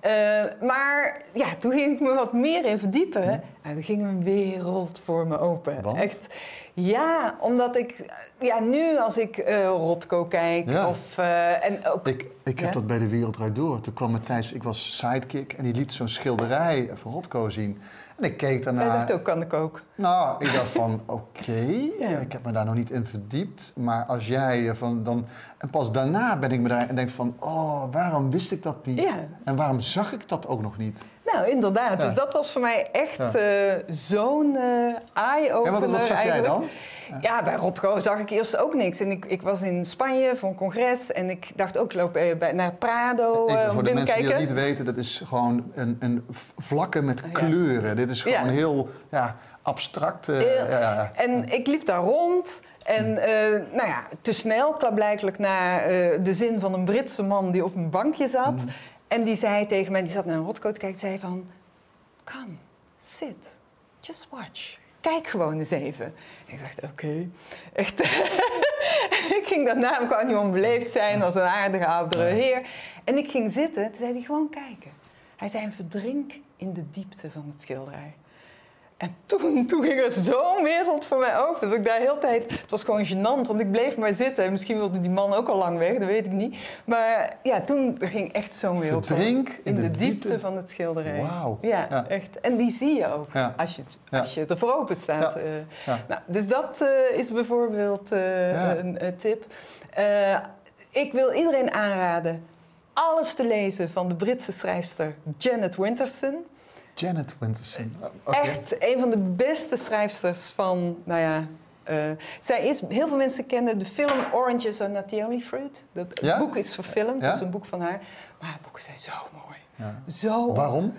Maar toen ging ik me wat meer in verdiepen. En toen ging een wereld voor me open. Want? Echt. Ja, omdat ik nu als ik Rothko kijk of... en ook, ik heb dat bij De Wereld Draait Door. Toen kwam Matthijs, ik was sidekick en die liet zo'n schilderij van Rothko zien. En ik keek daarna... Ik dacht ook, kan ik ook. Nou, ik dacht van, oké, ik heb me daar nog niet in verdiept. Maar als jij dan... En pas daarna ben ik me daar en denk van, oh, waarom wist ik dat niet? Ja. En waarom zag ik dat ook nog niet? Nou, inderdaad. Dus dat was voor mij echt zo'n eye-opener. En wat zag jij dan? Ja, bij Rothko zag ik eerst ook niks. En ik was in Spanje voor een congres en ik dacht ook, ik loop naar het Prado om binnen te kijken. Voor de mensen die dat niet weten, dat is gewoon een vlakken met kleuren. Dit is gewoon heel abstract. En ik liep daar rond en te snel, klaarblijkelijk naar de zin van een Britse man die op een bankje zat. En die zei tegen mij, die zat naar een Rothko te kijken, zei van, come, sit, just watch. Kijk gewoon eens even. En ik dacht, oké. Echt. Ik ging daarna, ik wou niet onbeleefd zijn, als een aardige oudere heer. En ik ging zitten, toen zei hij, gewoon kijken. Hij zei, verdrink in de diepte van het schilderij. En toen ging er zo'n wereld voor mij open. Dat ik daar de hele tijd... Het was gewoon gênant, want ik bleef maar zitten. Misschien wilde die man ook al lang weg, dat weet ik niet. Maar toen ging echt zo'n wereld Verdrink in de diepte van het schilderij. Wauw. Ja, echt. En die zie je ook als je ervoor open staat. Nou, dus dat is bijvoorbeeld een tip. Ik wil iedereen aanraden alles te lezen van de Britse schrijfster Janet Winterson. Janet Winterson. Okay. Echt een van de beste schrijfsters van, zij is, heel veel mensen kennen de film Oranges Are Not The Only Fruit. Dat boek is verfilmd, dat is een boek van haar. Maar haar boeken zijn zo mooi. Ja. Zo. Waarom?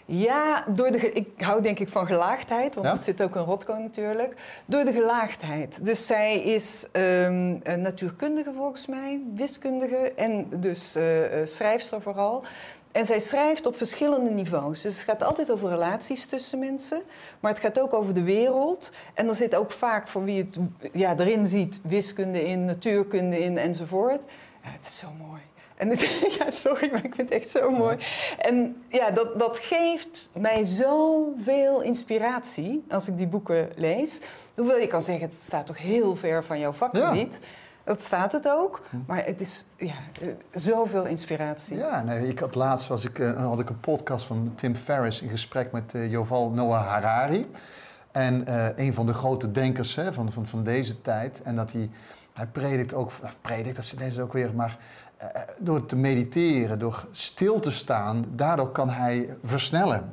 Ja, ik hou denk ik van gelaagdheid, want het zit ook in Rothko natuurlijk. Door de gelaagdheid. Dus zij is een natuurkundige volgens mij, wiskundige en dus schrijfster vooral. En zij schrijft op verschillende niveaus. Dus het gaat altijd over relaties tussen mensen. Maar het gaat ook over de wereld. En er zit ook vaak, voor wie het erin ziet, wiskunde in, natuurkunde in enzovoort. Ja, het is zo mooi. En sorry, maar ik vind het echt zo mooi. En dat geeft mij zoveel inspiratie als ik die boeken lees. Hoewel je kan zeggen, het staat toch heel ver van jouw vakgebied. Ja. Dat staat het ook, maar het is zoveel inspiratie. Ja, nee, ik had laatst had ik een podcast van Tim Ferriss in gesprek met Yuval Noah Harari. En een van de grote denkers van deze tijd. En dat hij predikt ook, dat is ook weer, maar door te mediteren, door stil te staan, daardoor kan hij versnellen.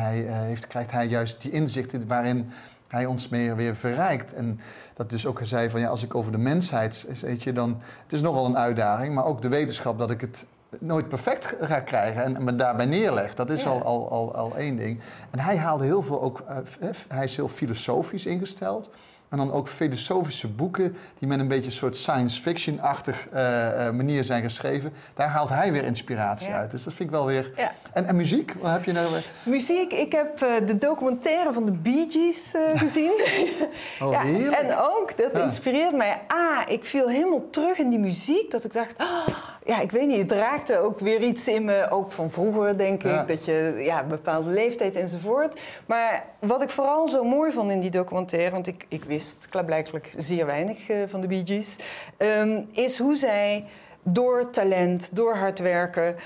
En krijgt hij juist die inzichten waarin hij ons meer weer verrijkt. En dat dus ook zei van als ik over de mensheid, weet je, dan het is nogal een uitdaging, maar ook de wetenschap dat ik het nooit perfect ga krijgen en me daarbij neerleg. Dat is al één ding. En hij haalde heel veel ook, hij is heel filosofisch ingesteld. En dan ook filosofische boeken die met een beetje een soort science fiction-achtig manier zijn geschreven. Daar haalt hij weer inspiratie uit. Dus dat vind ik wel weer... Ja. En muziek? Wat heb je nou? Muziek, ik heb de documentaire van de Bee Gees gezien. Heerlijk. En ook, dat inspireert mij. Ik viel helemaal terug in die muziek. Dat ik dacht, ik weet niet, het raakte ook weer iets in me. Ook van vroeger, denk ik. Dat je, een bepaalde leeftijd enzovoort. Maar wat ik vooral zo mooi vond in die documentaire, want ik wist klaarblijkelijk zeer weinig van de Bee Gees, is hoe zij door talent, door hard werken,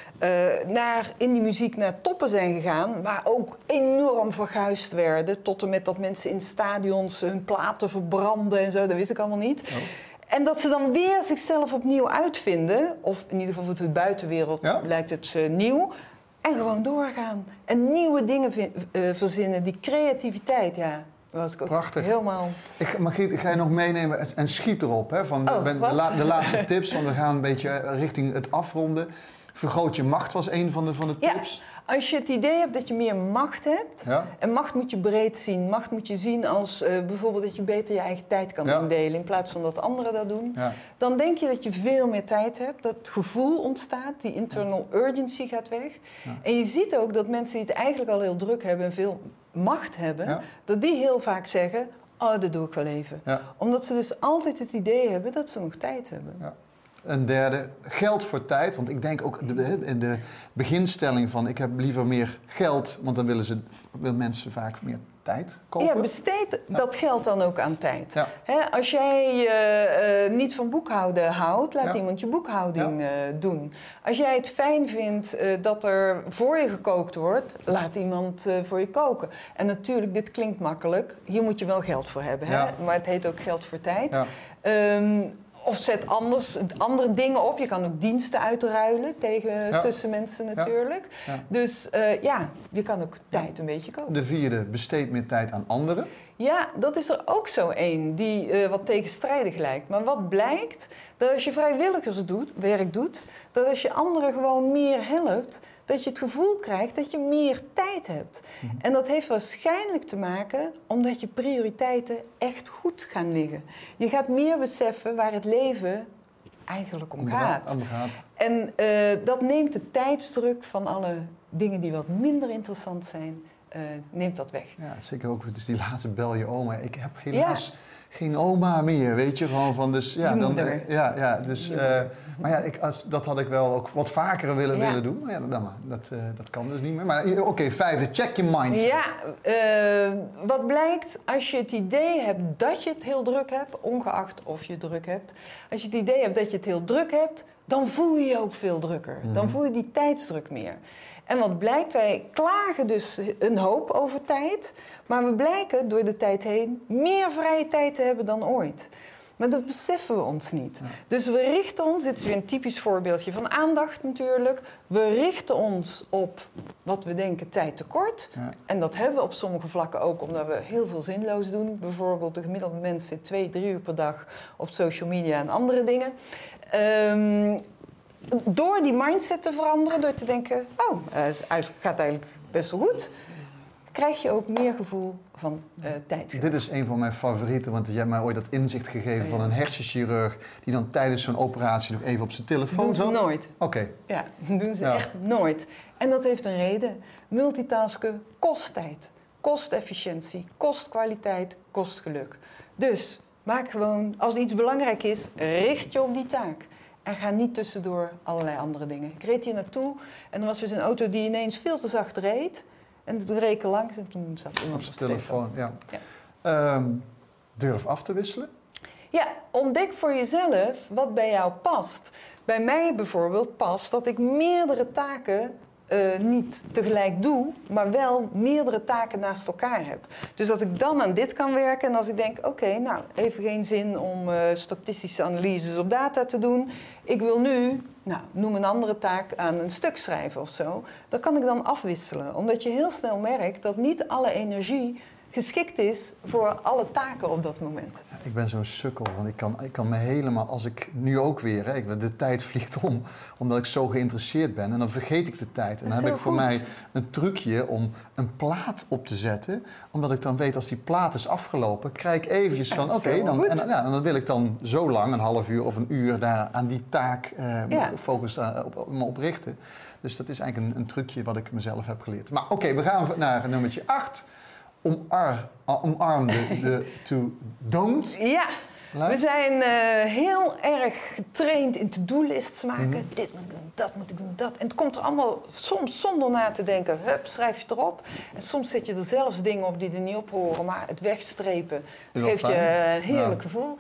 in die muziek naar toppen zijn gegaan, maar ook enorm verguisd werden, tot en met dat mensen in stadions hun platen verbranden en zo, dat wist ik allemaal niet. Oh. En dat ze dan weer zichzelf opnieuw uitvinden, of in ieder geval voor de buitenwereld lijkt het nieuw, en gewoon doorgaan. En nieuwe dingen verzinnen, die creativiteit, ja. Dat was ik ook prachtig. Helemaal... Margriet, ik ga je nog meenemen en schiet erop. Hè, van de laatste tips, want we gaan een beetje richting het afronden. Vergroot je macht was een van de tips. Ja, als je het idee hebt dat je meer macht hebt, en macht moet je breed zien. Macht moet je zien als bijvoorbeeld dat je beter je eigen tijd kan indelen in plaats van dat anderen dat doen. Ja. Dan denk je dat je veel meer tijd hebt, dat het gevoel ontstaat, die internal urgency gaat weg. Ja. En je ziet ook dat mensen die het eigenlijk al heel druk hebben en veel macht hebben, dat die heel vaak zeggen, oh, dat doe ik wel even. Ja. Omdat ze dus altijd het idee hebben dat ze nog tijd hebben. Ja. Een derde, geld voor tijd. Want ik denk ook in de beginstelling van ik heb liever meer geld, want dan willen mensen vaak meer tijd kopen. Ja, besteed dat geld dan ook aan tijd. Ja. Hè, als jij niet van boekhouden houdt, laat iemand je boekhouding doen. Als jij het fijn vindt dat er voor je gekookt wordt, laat iemand voor je koken. En natuurlijk, dit klinkt makkelijk, hier moet je wel geld voor hebben. Hè? Maar het heet ook geld voor tijd. Ja. Of zet andere dingen op. Je kan ook diensten uitruilen tussen mensen natuurlijk. Ja. Dus je kan ook tijd een beetje kopen. De vierde, besteed meer tijd aan anderen. Ja, dat is er ook zo één die wat tegenstrijdig lijkt. Maar wat blijkt, dat als je vrijwilligerswerk doet, dat als je anderen gewoon meer helpt, dat je het gevoel krijgt dat je meer tijd hebt. Mm-hmm. En dat heeft waarschijnlijk te maken omdat je prioriteiten echt goed gaan liggen. Je gaat meer beseffen waar het leven eigenlijk om gaat. En dat neemt de tijdsdruk van alle dingen die wat minder interessant zijn, neemt dat weg. Ja, zeker ook dus die laatste bel je oma. Ik heb helaas geen oma meer, weet je, gewoon van dus maar dat had ik wel ook wat vaker willen doen. Maar dat kan dus niet meer. Maar oké, vijfde, check je mindset. Ja, wat blijkt als je het idee hebt dat je het heel druk hebt, ongeacht of je druk hebt. Als je het idee hebt dat je het heel druk hebt, dan voel je je ook veel drukker. Dan voel je die tijdsdruk meer. En wat blijkt, wij klagen dus een hoop over tijd, maar we blijken door de tijd heen meer vrije tijd te hebben dan ooit. Maar dat beseffen we ons niet. Ja. Dus we richten ons, dit is weer een typisch voorbeeldje van aandacht natuurlijk, we richten ons op wat we denken tijdtekort. Ja. En dat hebben we op sommige vlakken ook omdat we heel veel zinloos doen. Bijvoorbeeld de gemiddelde mens zit 2-3 uur per dag op social media en andere dingen. Door die mindset te veranderen, door te denken, het gaat eigenlijk best wel goed, krijg je ook meer gevoel van tijd. Dit is een van mijn favorieten, want je hebt mij ooit dat inzicht gegeven van een hersenchirurg die dan tijdens zo'n operatie nog even op zijn telefoon zat. Doen ze nooit. Oké. Ja, doen ze echt nooit. En dat heeft een reden. Multitasken kost tijd, kost efficiëntie, kost kwaliteit, kost geluk. Dus maak gewoon, als iets belangrijk is, richt je op die taak. En ga niet tussendoor allerlei andere dingen. Ik reed hier naartoe en er was dus een auto die ineens veel te zacht reed. En toen reed ik langs en toen zat iemand op zijn telefoon. Ja. Durf af te wisselen? Ja, ontdek voor jezelf wat bij jou past. Bij mij bijvoorbeeld past dat ik meerdere taken niet tegelijk doe, maar wel meerdere taken naast elkaar heb. Dus dat ik dan aan dit kan werken en als ik denk, oké, even geen zin om statistische analyses op data te doen. Ik wil nu, noem een andere taak aan een stuk schrijven of zo. Dat kan ik dan afwisselen, omdat je heel snel merkt dat niet alle energie geschikt is voor alle taken op dat moment. Ja, ik ben zo'n sukkel, want ik kan me helemaal, als ik nu ook weer, de tijd vliegt om, omdat ik zo geïnteresseerd ben en dan vergeet ik de tijd. En dan heb ik voor mij een trucje om een plaat op te zetten, omdat ik dan weet als die plaat is afgelopen, krijg ik eventjes van en dan wil ik dan zo lang, een half uur of een uur daar aan die taak focus op richten. Dus dat is eigenlijk een trucje wat ik mezelf heb geleerd. Maar oké, we gaan naar nummertje 8. Omarm de to-don't. Ja, we zijn heel erg getraind in to-do-lists maken. Mm-hmm. Dit moet ik doen, dat moet ik doen, dat. En het komt er allemaal soms zonder na te denken. Schrijf je het erop. En soms zet je er zelfs dingen op die er niet op horen. Maar het wegstrepen geeft je een heerlijk gevoel.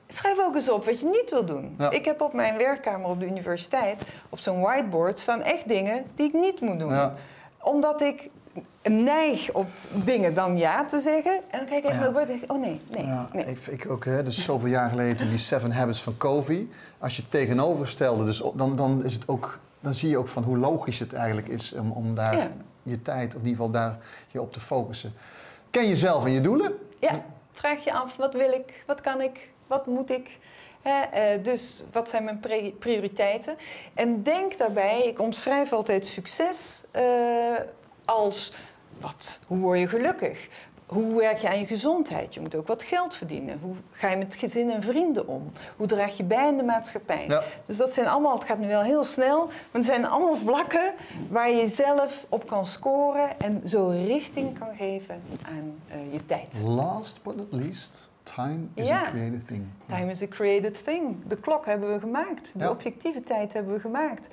Schrijf ook eens op wat je niet wil doen. Ja. Ik heb op mijn werkkamer op de universiteit, op zo'n whiteboard, staan echt dingen die ik niet moet doen. Ja. Omdat ik neig op dingen dan ja te zeggen. En dan kijk ik even op het bord en denk ik, nee. Ik ook, hè, dus zoveel jaar geleden toen die 7 Habits van Covey. Als je het tegenoverstelde, dus dan is het ook, dan zie je ook van hoe logisch het eigenlijk is om daar je tijd, of in ieder geval daar je op te focussen. Ken jezelf en je doelen. Ja, vraag je af, wat wil ik, wat kan ik, wat moet ik? Dus wat zijn mijn prioriteiten? En denk daarbij, ik omschrijf altijd succes als hoe word je gelukkig? Hoe werk je aan je gezondheid? Je moet ook wat geld verdienen. Hoe ga je met gezin en vrienden om? Hoe draag je bij in de maatschappij? Ja. Dus dat zijn allemaal, het gaat nu wel heel snel, maar het zijn allemaal vlakken waar je zelf op kan scoren en zo richting kan geven aan je tijd. Last but not least, time is a created thing. Time is a created thing. De klok hebben we gemaakt. De objectieve tijd hebben we gemaakt.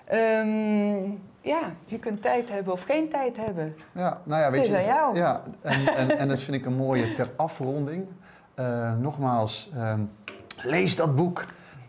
Je kunt tijd hebben of geen tijd hebben. Ja, nou ja, weet het is aan jou. Ja, en dat vind ik een mooie ter afronding. Nogmaals, lees dat boek.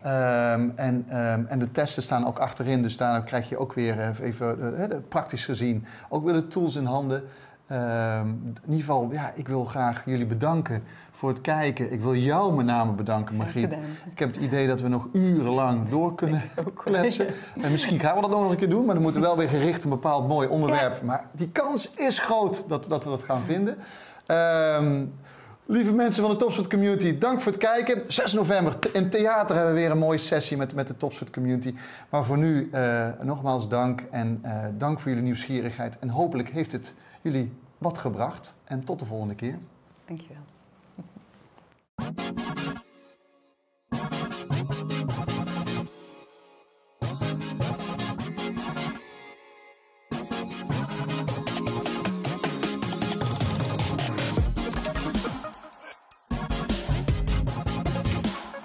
En de testen staan ook achterin, dus daar krijg je ook weer even praktisch gezien ook weer de tools in handen. In ieder geval, ik wil graag jullie bedanken voor het kijken. Ik wil jou met name bedanken, Margriet. Ik heb het idee dat we nog urenlang door kunnen kletsen. En misschien gaan we dat nog een keer doen, maar dan moeten we wel weer gericht op een bepaald mooi onderwerp. Ja. Maar die kans is groot dat we dat gaan vinden. Lieve mensen van de Topsport Community, dank voor het kijken. 6 november in theater hebben we weer een mooie sessie met de Topsport Community. Maar voor nu nogmaals dank en dank voor jullie nieuwsgierigheid. En hopelijk heeft het jullie wat gebracht. En tot de volgende keer. Dankjewel.